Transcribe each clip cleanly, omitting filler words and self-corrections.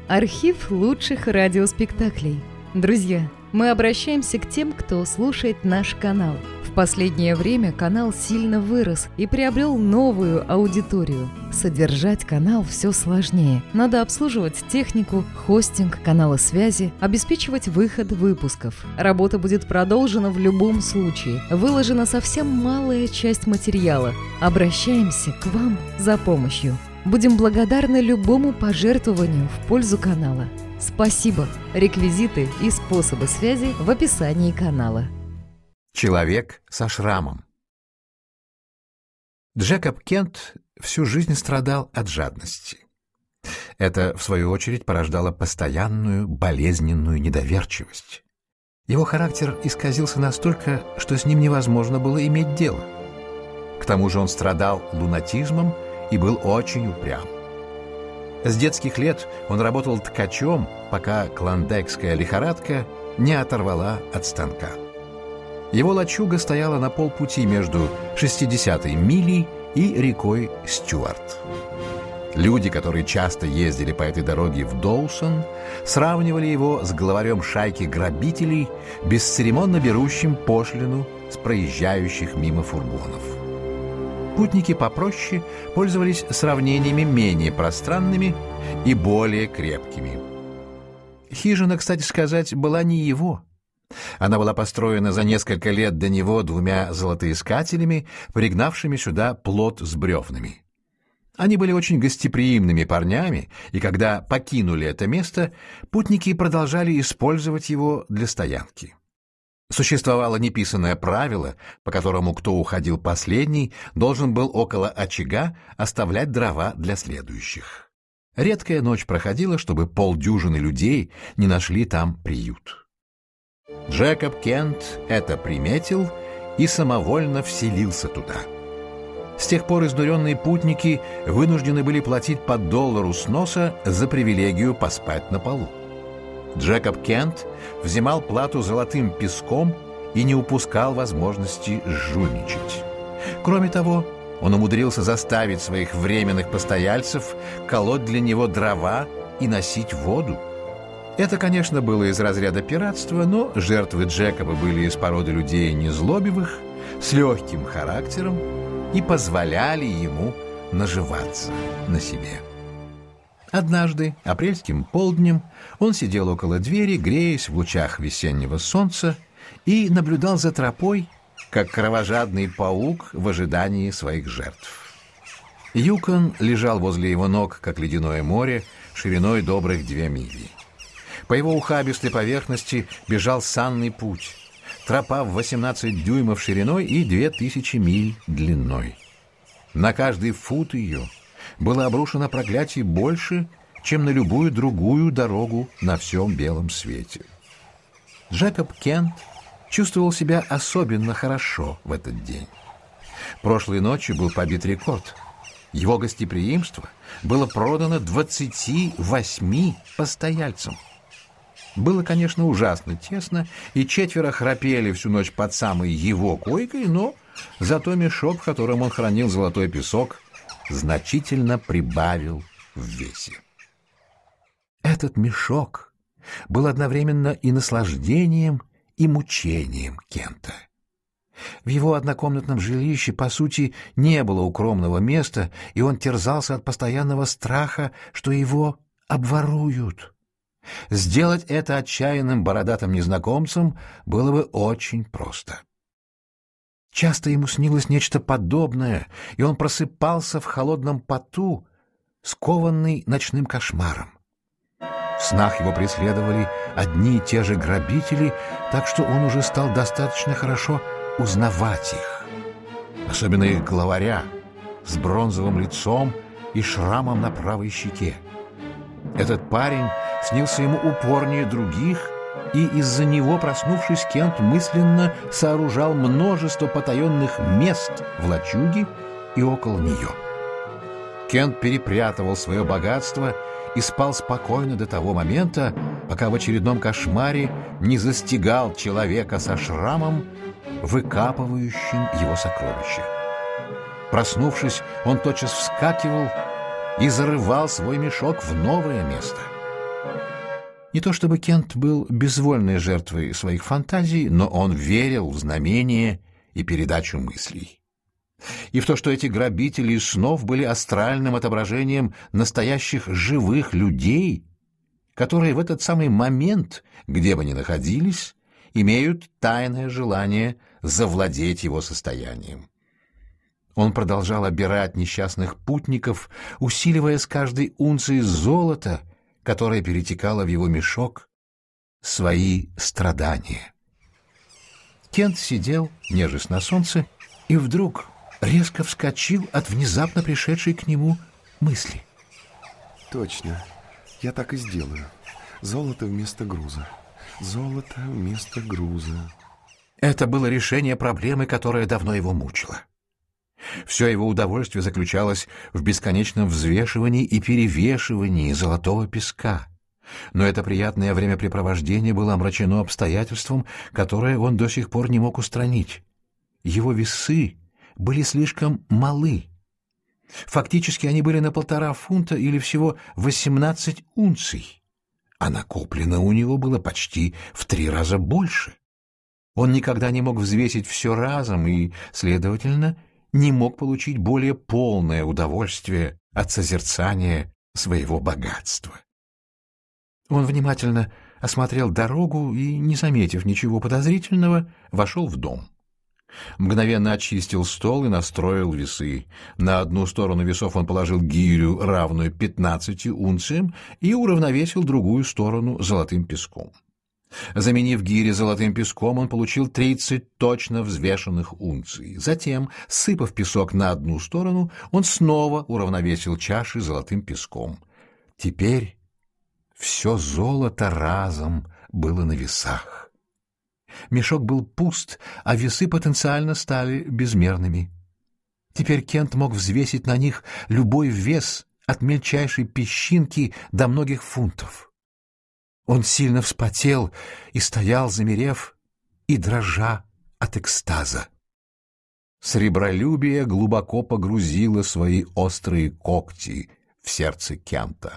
Архив лучших радиоспектаклей. Друзья, мы обращаемся к тем, кто слушает наш канал. В последнее время канал сильно вырос и приобрел новую аудиторию. Содержать канал все сложнее. Надо обслуживать технику, хостинг, каналы связи, обеспечивать выход выпусков. Работа будет продолжена в любом случае. Выложена совсем малая часть материала. Обращаемся к вам за помощью. Будем благодарны любому пожертвованию в пользу канала. Спасибо. Реквизиты и способы связи в описании канала. Человек со шрамом. Джекоб Кент всю жизнь страдал от жадности. Это, в свою очередь, порождало постоянную болезненную недоверчивость. Его характер исказился настолько, что с ним невозможно было иметь дело. К тому же он страдал лунатизмом и был очень упрям. С детских лет он работал ткачом, пока клондайкская лихорадка не оторвала от станка. Его лачуга стояла на полпути между 60-й милей и рекой Стюарт. Люди, которые часто ездили по этой дороге в Доусон, сравнивали его с главарем шайки грабителей, бесцеремонно берущим пошлину с проезжающих мимо фургонов. Путники попроще пользовались сравнениями менее пространными и более крепкими. Хижина, кстати сказать, была не его. Она была построена за несколько лет до него двумя золотоискателями, пригнавшими сюда плот с бревнами. Они были очень гостеприимными парнями, и когда покинули это место, путники продолжали использовать его для стоянки. Существовало неписанное правило, по которому кто уходил последний, должен был около очага оставлять дрова для следующих. Редкая ночь проходила, чтобы полдюжины людей не нашли там приют. Джекоб Кент это приметил и самовольно вселился туда. С тех пор изнуренные путники вынуждены были платить по $1 с носа за привилегию поспать на полу. Джекоб Кент взимал плату золотым песком и не упускал возможности жульничать. Кроме того, он умудрился заставить своих временных постояльцев колоть для него дрова и носить воду. Это, конечно, было из разряда пиратства, но жертвы Джекоба были из породы людей незлобивых, с легким характером и позволяли ему наживаться на себе. Однажды, апрельским полднем, он сидел около двери, греясь в лучах весеннего солнца, и наблюдал за тропой, как кровожадный паук в ожидании своих жертв. Юкон лежал возле его ног, как ледяное море, шириной добрых 2 мили. По его ухабистой поверхности бежал санный путь, тропа в 18 дюймов шириной и 2000 миль длиной. На каждый фут ее было обрушено проклятие больше, чем на любую другую дорогу на всем белом свете. Джекоб Кент чувствовал себя особенно хорошо в этот день. Прошлой ночью был побит рекорд. Его гостеприимство было продано 28 постояльцам. Было, конечно, ужасно тесно, и 4 храпели всю ночь под самой его койкой, но зато мешок, в котором он хранил золотой песок, значительно прибавил в весе. Этот мешок был одновременно и наслаждением, и мучением Кента. В его однокомнатном жилище, по сути, не было укромного места, и он терзался от постоянного страха, что его обворуют. Сделать это отчаянным бородатым незнакомцам было бы очень просто. Часто ему снилось нечто подобное, и он просыпался в холодном поту, скованный ночным кошмаром. В снах его преследовали одни и те же грабители, так что он уже стал достаточно хорошо узнавать их. Особенно их главаря с бронзовым лицом и шрамом на правой щеке. Этот парень снился ему упорнее других, и из-за него, проснувшись, Кент мысленно сооружал множество потаенных мест в лачуге и около нее. Кент перепрятывал свое богатство и спал спокойно до того момента, пока в очередном кошмаре не застигал человека со шрамом, выкапывающим его сокровища. Проснувшись, он тотчас вскакивал и зарывал свой мешок в новое место. Не то чтобы Кент был безвольной жертвой своих фантазий, но он верил в знамения и передачу мыслей. И в то, что эти грабители снов были астральным отображением настоящих живых людей, которые в этот самый момент, где бы ни находились, имеют тайное желание завладеть его состоянием. Он продолжал обирать несчастных путников, усиливая с каждой унцией золота, которая перетекала в его мешок, свои страдания. Кент сидел, нежась на солнце, и вдруг резко вскочил от внезапно пришедшей к нему мысли. Точно, я так и сделаю. Золото вместо груза. Золото вместо груза. Это было решение проблемы, которая давно его мучила. Все его удовольствие заключалось в бесконечном взвешивании и перевешивании золотого песка. Но это приятное времяпрепровождение было омрачено обстоятельством, которое он до сих пор не мог устранить. Его весы были слишком малы. Фактически они были на 1,5 фунта или всего 18 унций, а накоплено у него было почти в 3 раза больше. Он никогда не мог взвесить все разом и, следовательно, не мог получить более полное удовольствие от созерцания своего богатства. Он внимательно осмотрел дорогу и, не заметив ничего подозрительного, вошел в дом. Мгновенно очистил стол и настроил весы. На одну сторону весов он положил гирю, равную 15 унциям, и уравновесил другую сторону золотым песком. Заменив гири золотым песком, он получил 30 точно взвешенных унций. Затем, сыпав песок на одну сторону, он снова уравновесил чаши золотым песком. Теперь все золото разом было на весах. Мешок был пуст, а весы потенциально стали безмерными. Теперь Кент мог взвесить на них любой вес от мельчайшей песчинки до многих фунтов. Он сильно вспотел и стоял, замерев и дрожа от экстаза. Сребролюбие глубоко погрузило свои острые когти в сердце Кента.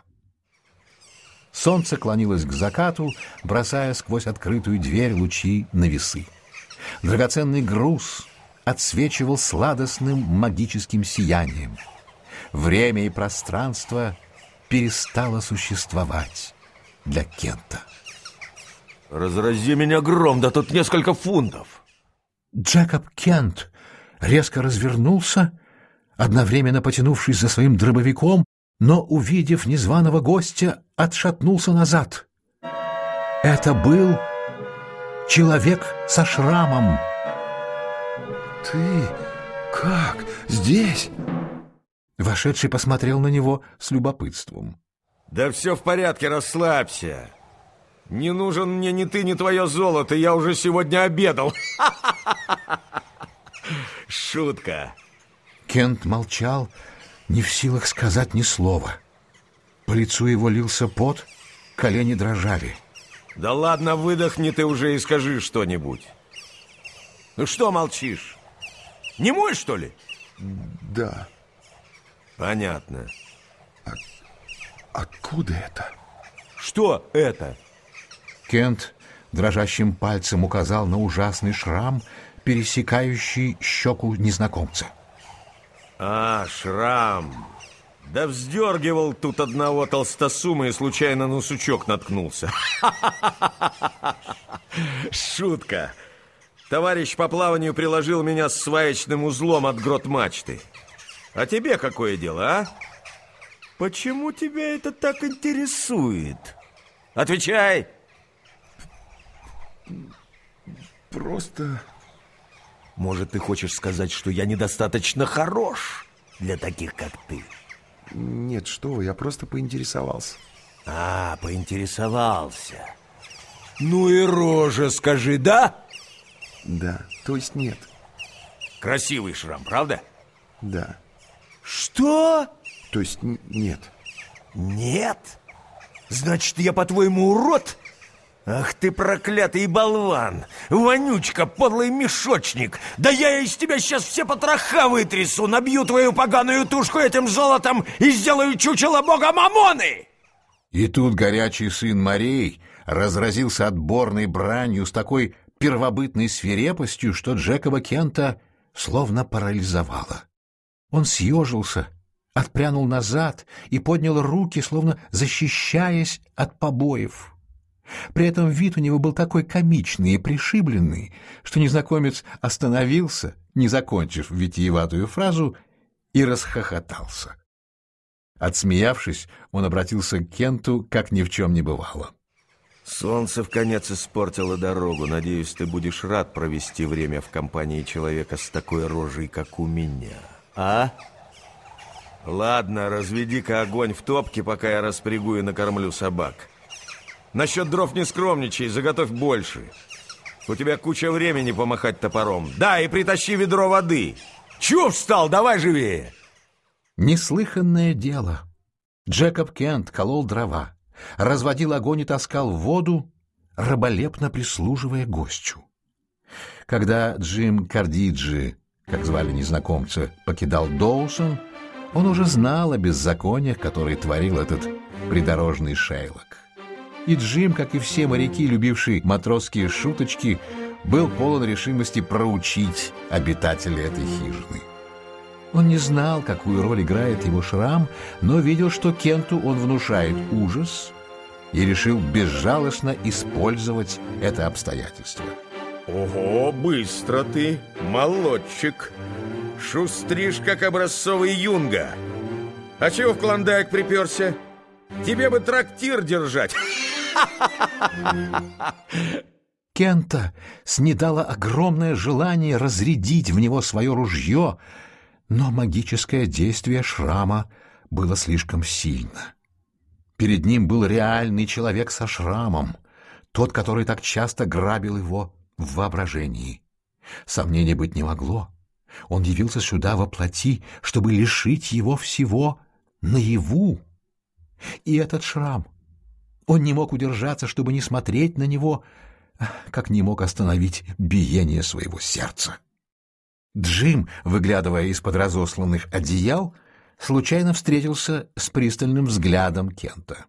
Солнце клонилось к закату, бросая сквозь открытую дверь лучи на весы. Драгоценный груз отсвечивал сладостным магическим сиянием. Время и пространство перестало существовать для Кента. Разрази меня гром, да тут несколько фунтов. Джекоб Кент резко развернулся, одновременно потянувшись за своим дробовиком, но, увидев незваного гостя, отшатнулся назад. Это был человек со шрамом. Ты как? Здесь? Вошедший посмотрел на него с любопытством. Да все в порядке, расслабься. Не нужен мне ни ты, ни твое золото, я уже сегодня обедал. Шутка. Кент молчал, не в силах сказать ни слова. По лицу его лился пот, колени дрожали. Да ладно, выдохни ты уже и скажи что-нибудь. Ну что молчишь? Немой, что ли? Да. Понятно. Откуда это? Что это? Кент дрожащим пальцем указал на ужасный шрам, пересекающий щеку незнакомца. А, шрам. Да вздергивал тут одного толстосума и случайно на сучок наткнулся. Шутка. Товарищ по плаванию приложил меня с сваечным узлом от грот мачты. А тебе какое дело, а? Почему тебя это так интересует? Отвечай! Просто... Может, ты хочешь сказать, что я недостаточно хорош для таких, как ты? Нет, что вы, я просто поинтересовался. А, поинтересовался. Ну и рожа, скажи, да? Да, то есть нет. Красивый шрам, правда? Да. Что? То есть нет. Нет? Значит, я, по-твоему, урод? Ах ты проклятый болван! Вонючка, подлый мешочник! Да я из тебя сейчас все потроха вытрясу, набью твою поганую тушку этим золотом и сделаю чучело бога Мамоны! И тут горячий сын морей разразился отборной бранью с такой первобытной свирепостью, что Джекоба Кента словно парализовало. Он съежился, отпрянул назад и поднял руки, словно защищаясь от побоев. При этом вид у него был такой комичный и пришибленный, что незнакомец остановился, не закончив витиеватую фразу, и расхохотался. Отсмеявшись, он обратился к Кенту, как ни в чем не бывало. Солнце вконец испортило дорогу. Надеюсь, ты будешь рад провести время в компании человека с такой рожей, как у меня. А? Ладно, разведи-ка огонь в топке, пока я распрягу и накормлю собак. Насчет дров не скромничай, заготовь больше. У тебя куча времени помахать топором. Да, и притащи ведро воды. Чего встал? Давай живее! Неслыханное дело. Джекоб Кент колол дрова, разводил огонь и таскал воду, раболепно прислуживая гостю. Когда Джим Кардиджи, как звали незнакомца, покидал Доусон, он уже знал о беззакониях, которые творил этот придорожный Шейлок. И Джим, как и все моряки, любившие матросские шуточки, был полон решимости проучить обитателей этой хижины. Он не знал, какую роль играет его шрам, но видел, что Кенту он внушает ужас, и решил безжалостно использовать это обстоятельство. Ого, быстро ты, молодчик. Шустришь, как образцовый юнга. А чего в Клондайк приперся? Тебе бы трактир держать. Кента снедало огромное желание разрядить в него свое ружье, но магическое действие шрама было слишком сильно. Перед ним был реальный человек со шрамом, тот, который так часто грабил его в воображении. Сомнений быть не могло. Он явился сюда во плоти, чтобы лишить его всего наяву. И этот шрам. Он не мог удержаться, чтобы не смотреть на него, как не мог остановить биение своего сердца. Джим, выглядывая из-под разосланных одеял, случайно встретился с пристальным взглядом Кента.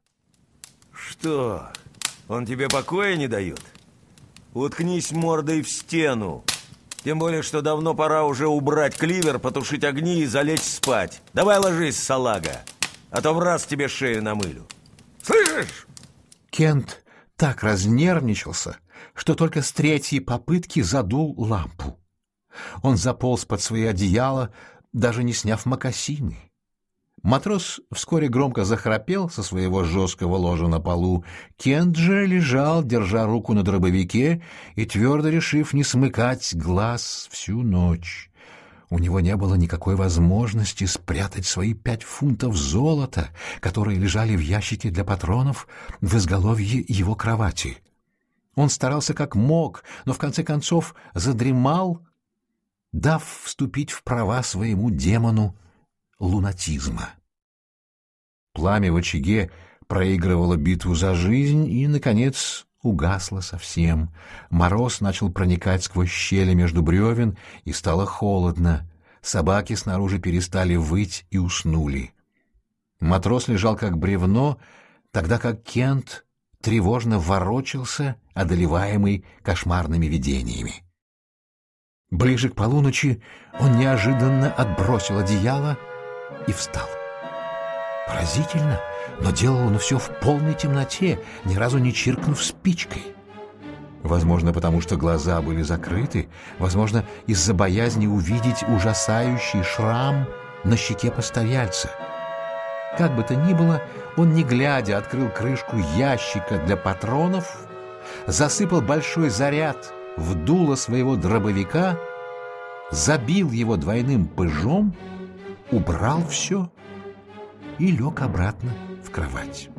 Что, он тебе покоя не дает? Уткнись мордой в стену. Тем более, что давно пора уже убрать кливер, потушить огни и залечь спать. Давай ложись, салага, а то в раз тебе шею намылю. Слышишь? Кент так разнервничался, что только с третьей попытки задул лампу. Он заполз под свои одеяла, даже не сняв мокасины. Матрос вскоре громко захрапел со своего жесткого ложа на полу. Кент же лежал, держа руку на дробовике и твердо решив не смыкать глаз всю ночь. У него не было никакой возможности спрятать свои 5 фунтов золота, которые лежали в ящике для патронов в изголовье его кровати. Он старался как мог, но в конце концов задремал, дав вступить в права своему демону лунатизма. Пламя в очаге проигрывало битву за жизнь и, наконец, угасло совсем. Мороз начал проникать сквозь щели между бревен, и стало холодно. Собаки снаружи перестали выть и уснули. Матрос лежал как бревно, тогда как Кент тревожно ворочался, одолеваемый кошмарными видениями. Ближе к полуночи он неожиданно отбросил одеяло и встал. Поразительно, но делал он все в полной темноте, ни разу не чиркнув спичкой. Возможно, потому что глаза были закрыты, возможно, из-за боязни увидеть ужасающий шрам на щеке постояльца. Как бы то ни было, он, не глядя, открыл крышку ящика для патронов, засыпал большой заряд в дуло своего дробовика, забил его двойным пыжом, убрал все и лег обратно в кровать.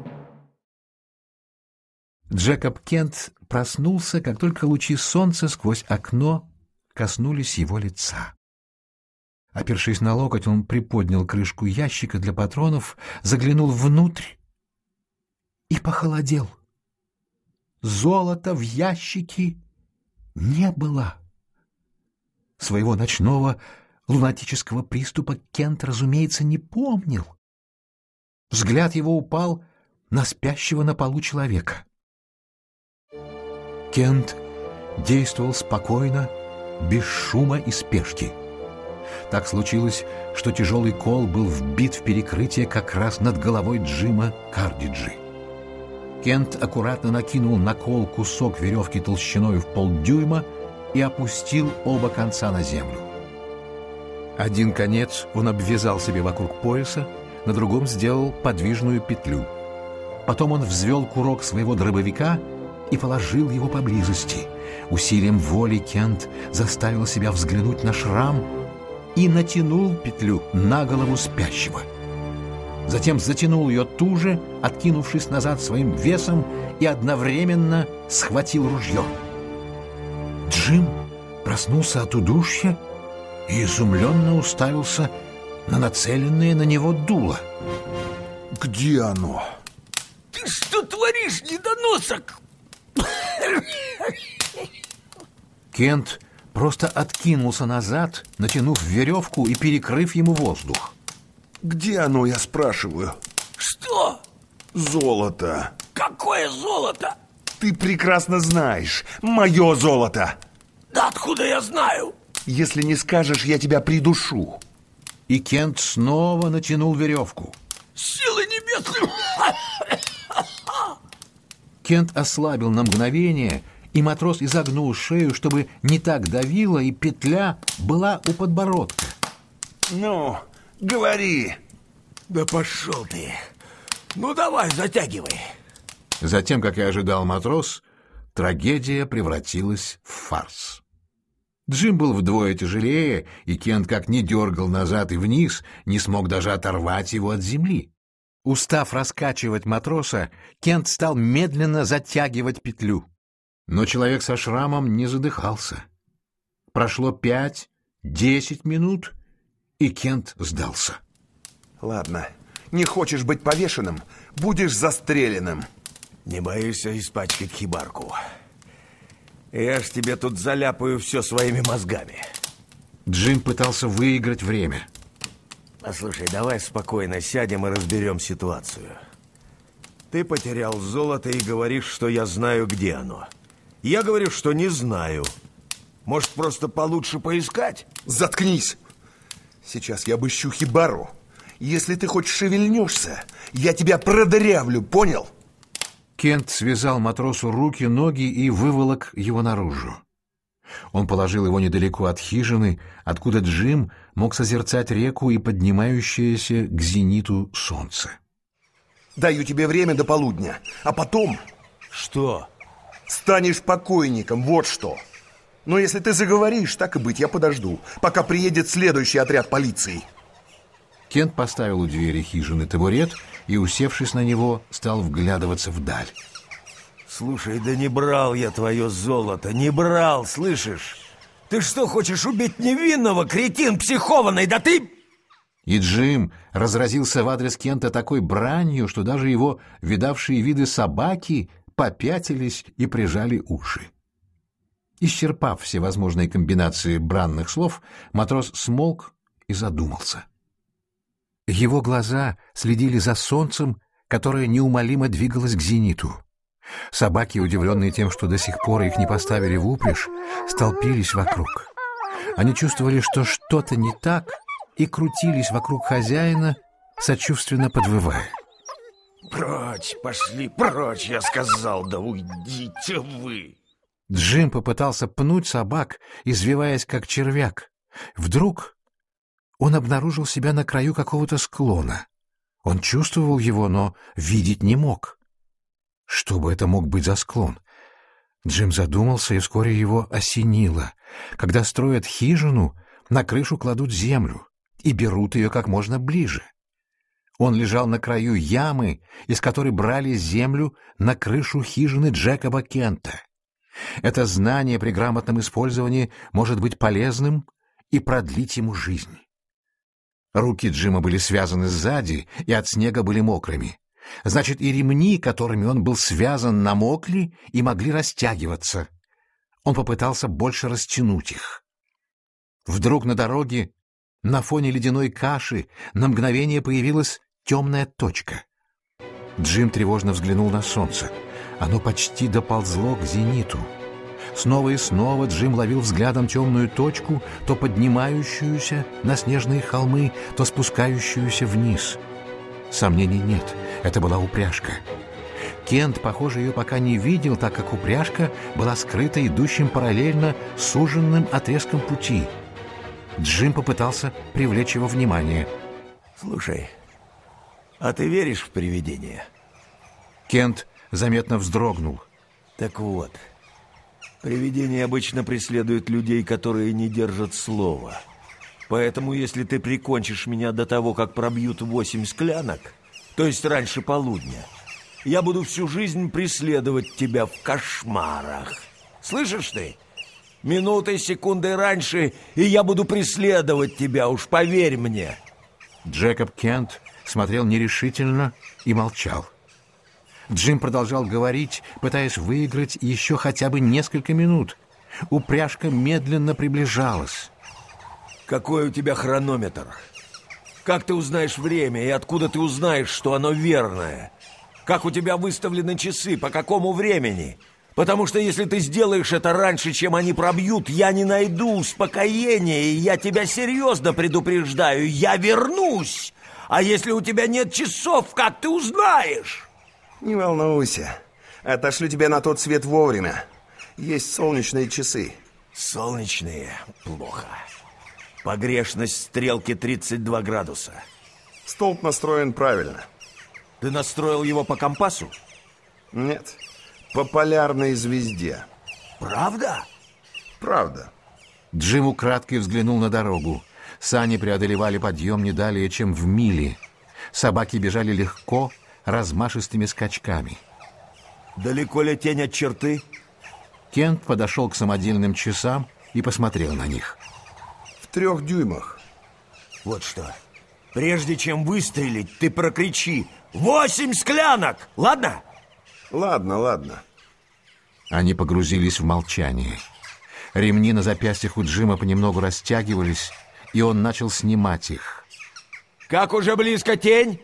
Джекоб Кент проснулся, как только лучи солнца сквозь окно коснулись его лица. Опершись на локоть, он приподнял крышку ящика для патронов, заглянул внутрь и похолодел. Золота в ящике не было. Своего ночного лунатического приступа Кент, разумеется, не помнил. Взгляд его упал на спящего на полу человека. Кент действовал спокойно, без шума и спешки. Так случилось, что тяжелый кол был вбит в перекрытие как раз над головой Джима Кардиджи. Кент аккуратно накинул на кол кусок веревки толщиной в полдюйма и опустил оба конца на землю. Один конец он обвязал себе вокруг пояса, на другом сделал подвижную петлю. Потом он взвел курок своего дробовика и положил его поблизости. Усилием воли Кент заставил себя взглянуть на шрам и натянул петлю на голову спящего. Затем затянул ее туже, откинувшись назад своим весом, и одновременно схватил ружье. Джим проснулся от удушья и изумленно уставился на нацеленное на него дуло. Где оно? Ты что творишь, недоносок? Кент просто откинулся назад, натянув веревку и перекрыв ему воздух. Где оно, я спрашиваю? Что? Золото. Какое золото? Ты прекрасно знаешь, мое золото. Да откуда я знаю? Если не скажешь, я тебя придушу. И Кент снова натянул веревку. Силы небесные! Кент ослабил на мгновение, и матрос изогнул шею, чтобы не так давило, и петля была у подбородка. Ну, говори. Да пошел ты. Ну давай, затягивай. Затем, как и ожидал матрос, трагедия превратилась в фарс. Джим был вдвое тяжелее, и Кент как ни дергал назад и вниз, не смог даже оторвать его от земли. Устав раскачивать матроса, Кент стал медленно затягивать петлю. Но человек со шрамом не задыхался. Прошло 5-10 минут, и Кент сдался. Ладно, не хочешь быть повешенным, будешь застреленным. Не боишься испачкать хибарку? Я ж тебе тут заляпаю все своими мозгами. Джим пытался выиграть время. Послушай, давай спокойно сядем и разберем ситуацию. Ты потерял золото и говоришь, что я знаю, где оно. Я говорю, что не знаю. Может, просто получше поискать? Заткнись! Сейчас я обыщу хибару. Если ты хоть шевельнешься, я тебя продырявлю, понял? Кент связал матросу руки, ноги и выволок его наружу. Он положил его недалеко от хижины, откуда Джим мог созерцать реку и поднимающееся к зениту солнце. Даю тебе время до полудня, а потом... Что? Станешь покойником, вот что. Но если ты заговоришь, так и быть, я подожду, пока приедет следующий отряд полиции. Кент поставил у двери хижины табурет и, усевшись на него, стал вглядываться вдаль. Слушай, да не брал я твое золото, не брал, слышишь? Ты что, хочешь убить невинного, кретин психованный, да ты... И Джим разразился в адрес Кента такой бранью, что даже его видавшие виды собаки попятились и прижали уши. Исчерпав все возможные комбинации бранных слов, матрос смолк и задумался. Его глаза следили за солнцем, которое неумолимо двигалось к зениту. Собаки, удивленные тем, что до сих пор их не поставили в упряжь, столпились вокруг. Они чувствовали, что что-то не так, и крутились вокруг хозяина, сочувственно подвывая. Прочь, пошли прочь, я сказал, да уйдите вы. Джим попытался пнуть собак, извиваясь как червяк. Вдруг он обнаружил себя на краю какого-то склона. Он чувствовал его, но видеть не мог. Что бы это мог быть за склон? Джим задумался, и вскоре его осенило. Когда строят хижину, на крышу кладут землю и берут ее как можно ближе. Он лежал на краю ямы, из которой брали землю на крышу хижины Джекоба Кента. Это знание при грамотном использовании может быть полезным и продлить ему жизнь. Руки Джима были связаны сзади и от снега были мокрыми. Значит, и ремни, которыми он был связан, намокли и могли растягиваться. Он попытался больше растянуть их. Вдруг на дороге, на фоне ледяной каши, на мгновение появилась темная точка. Джим тревожно взглянул на солнце. Оно почти доползло к зениту. Снова и снова Джим ловил взглядом темную точку, то поднимающуюся на снежные холмы, то спускающуюся вниз. Сомнений нет, это была упряжка. Кент, похоже, ее пока не видел, так как упряжка была скрыта идущим параллельно суженным отрезком пути. Джим попытался привлечь его внимание. Слушай, а ты веришь в привидения? Кент заметно вздрогнул. Так вот, привидения обычно преследуют людей, которые не держат слова. Поэтому, если ты прикончишь меня до того, как пробьют 8 склянок, то есть раньше полудня, я буду всю жизнь преследовать тебя в кошмарах. Слышишь ты? Минутой, секундой раньше, и я буду преследовать тебя, уж поверь мне. Джекоб Кент смотрел нерешительно и молчал. Джим продолжал говорить, пытаясь выиграть еще хотя бы несколько минут. Упряжка медленно приближалась. Какой у тебя хронометр? Как ты узнаешь время, и откуда ты узнаешь, что оно верное? Как у тебя выставлены часы, по какому времени? Потому что если ты сделаешь это раньше, чем они пробьют, я не найду успокоения, и я тебя серьезно предупреждаю, я вернусь. А если у тебя нет часов, как ты узнаешь? Не волнуйся, отошлю тебя на тот свет вовремя. Есть солнечные часы. Солнечные? Плохо. Погрешность стрелки 32 градуса. Столб настроен правильно. Ты настроил его по компасу? Нет, по полярной звезде. Правда? Правда. Джим украдкой взглянул на дорогу. Сани преодолевали подъем не далее, чем в миле. Собаки бежали легко, размашистыми скачками. Далеко ли тень от черты? Кент подошел к самодельным часам и посмотрел на них. В 3 дюймах. Вот что. Прежде чем выстрелить, ты прокричи: 8 склянок! Ладно? Ладно. Они погрузились в молчание. Ремни на запястьях у Джима понемногу растягивались, и он начал снимать их. Как уже близко тень?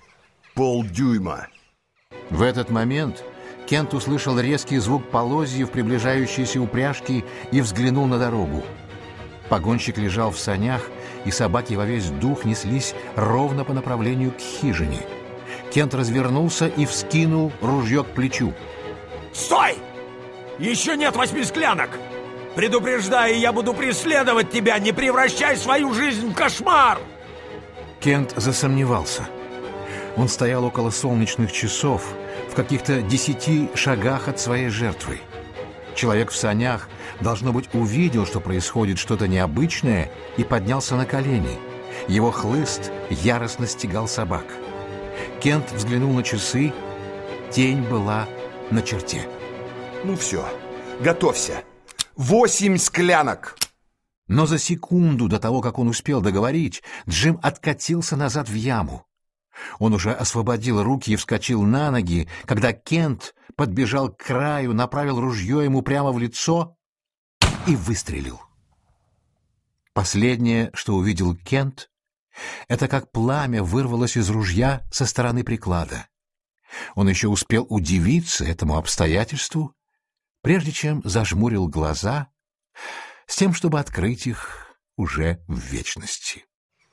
Полдюйма. В этот момент Кент услышал резкий звук полозьев приближающейся упряжки и взглянул на дорогу. Погонщик лежал в санях, и собаки во весь дух неслись ровно по направлению к хижине. Кент развернулся и вскинул ружье к плечу. Стой! Еще нет 8 склянок! Предупреждаю, я буду преследовать тебя! Не превращай свою жизнь в кошмар! Кент засомневался. Он стоял около солнечных часов, в каких-то 10 шагах от своей жертвы. Человек в санях, должно быть, увидел, что происходит что-то необычное, и поднялся на колени. Его хлыст яростно стегал собак. Кент взглянул на часы. Тень была на черте. Ну все, готовься. 8 склянок. Но за секунду до того, как он успел договорить, Джим откатился назад в яму. Он уже освободил руки и вскочил на ноги, когда Кент подбежал к краю, направил ружье ему прямо в лицо и выстрелил. Последнее, что увидел Кент, это как пламя вырвалось из ружья со стороны приклада. Он еще успел удивиться этому обстоятельству, прежде чем зажмурил глаза с тем, чтобы открыть их уже в вечности.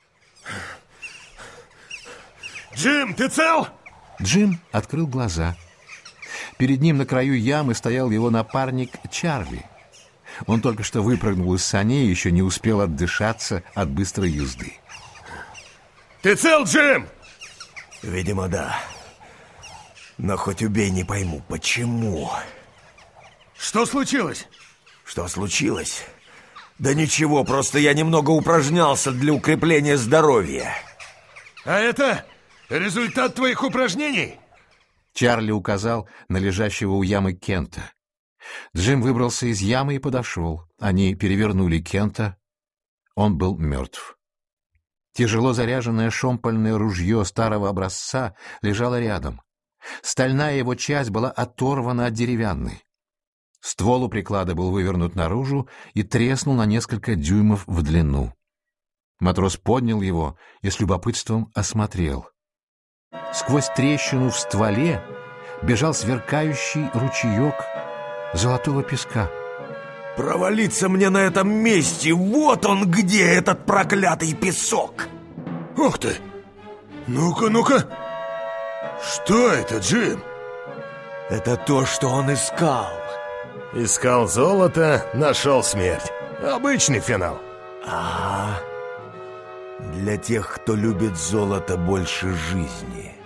Джим, ты цел? Джим открыл глаза. Перед ним на краю ямы стоял его напарник Чарли. Он только что выпрыгнул из саней и еще не успел отдышаться от быстрой езды. Ты цел, Джим? Видимо, да. Но хоть убей, не пойму, почему. Что случилось? Что случилось? Да ничего, просто я немного упражнялся для укрепления здоровья. А это результат твоих упражнений? Чарли указал на лежащего у ямы Кента. Джим выбрался из ямы и подошел. Они перевернули Кента. Он был мертв. Тяжело заряженное шомпольное ружье старого образца лежало рядом. Стальная его часть была оторвана от деревянной. Ствол у приклада был вывернут наружу и треснул на несколько дюймов в длину. Матрос поднял его и с любопытством осмотрел. сквозь трещину в стволе бежал сверкающий ручеек золотого песка. Провалиться мне на этом месте! Вот он где, этот проклятый песок! Ух ты! Ну-ка, ну-ка! Что это, Джим? Это то, что он искал. Искал золото, нашел смерть. Обычный финал. Для тех, кто любит золото больше жизни.